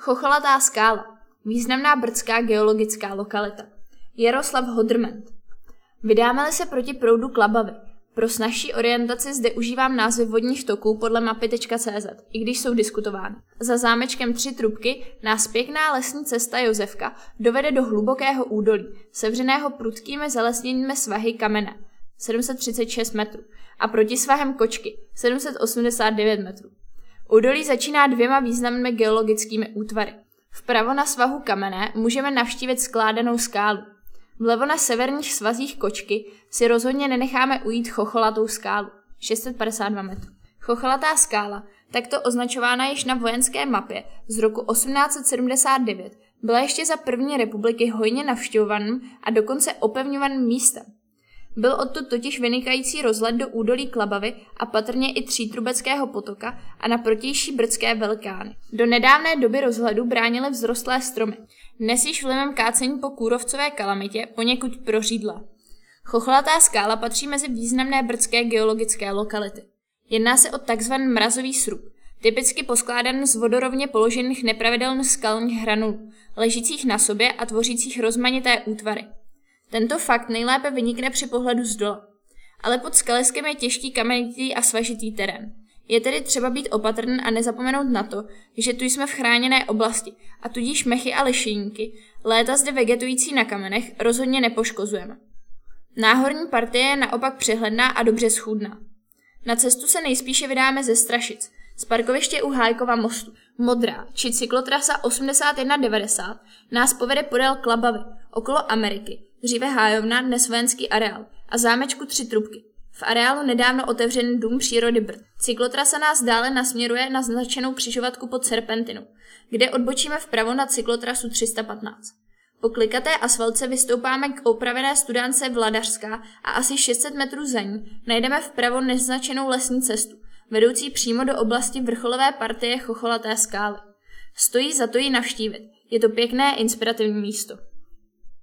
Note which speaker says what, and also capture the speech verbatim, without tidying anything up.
Speaker 1: Chocholatá skála, významná brdská geologická lokalita. Jaroslav Hodrment. Vydáme-li se proti proudu Klabavy. Pro snazší orientaci zde užívám názvy vodních toků podle mapy tečka cé zet, i když jsou diskutovány. Za zámečkem Tři Trubky nás pěkná lesní cesta Josefka dovede do hlubokého údolí, sevřeného prudkými zalesněnými svahy Kamene, sedm set třicet šest metrů, a protisvahem Kočky, sedm set osmdesát devět metrů. Údolí začíná dvěma významnými geologickými útvary. Vpravo na svahu Kamene můžeme navštívit skládanou skálu. Vlevo na severních svazích Kočky si rozhodně nenecháme ujít Chocholatou skálu, šest set padesát dva metrů. Chocholatá skála, takto označována již na vojenské mapě z roku osmnáct set sedmdesát devět, byla ještě za první republiky hojně navštěvovaným a dokonce opevňovaným místem. Byl odtud totiž vynikající rozhled do údolí Klabavy a patrně i Třítrubeckého potoka a na protější brdské velikány. Do nedávné doby rozhledu bránily vzrostlé stromy. Dnes již vlivem kácení po kůrovcové kalamitě poněkud prořídla. Chocholatá skála patří mezi významné brdské geologické lokality. Jedná se o tzv. Mrazový srub, typicky poskládaný z vodorovně položených nepravidelných skalních hranulů, ležících na sobě a tvořících rozmanité útvary. Tento fakt nejlépe vynikne při pohledu zdola. Ale pod skaleskem je těžký kamenitý a svažitý terén. Je tedy třeba být opatrný a nezapomenout na to, že tu jsme v chráněné oblasti a tudíž mechy a lišejníky, léta zde vegetující na kamenech, rozhodně nepoškozujeme. Náhorní partie je naopak přehledná a dobře schůdná. Na cestu se nejspíše vydáme ze Strašic, z parkoviště u Hájkova mostu. Modrá či cyklotrasa osmdesát jedna devadesát nás povede podél Klabavy, okolo Ameriky, dříve hájovna, dnes vojenský areál, a zámečku Tři Trubky. V areálu nedávno otevřený dům přírody Brd. Cyklotrasa nás dále nasměruje na značenou křižovatku pod Serpentinou, kde odbočíme vpravo na cyklotrasu tři sta patnáct. Po klikaté asfaltce vystoupáme k opravené studánce Vladařská a asi šest set metrů za ní najdeme vpravo neznačenou lesní cestu, vedoucí přímo do oblasti vrcholové partie Chocholaté skály. Stojí za to ji navštívit. Je to pěkné inspirativní místo.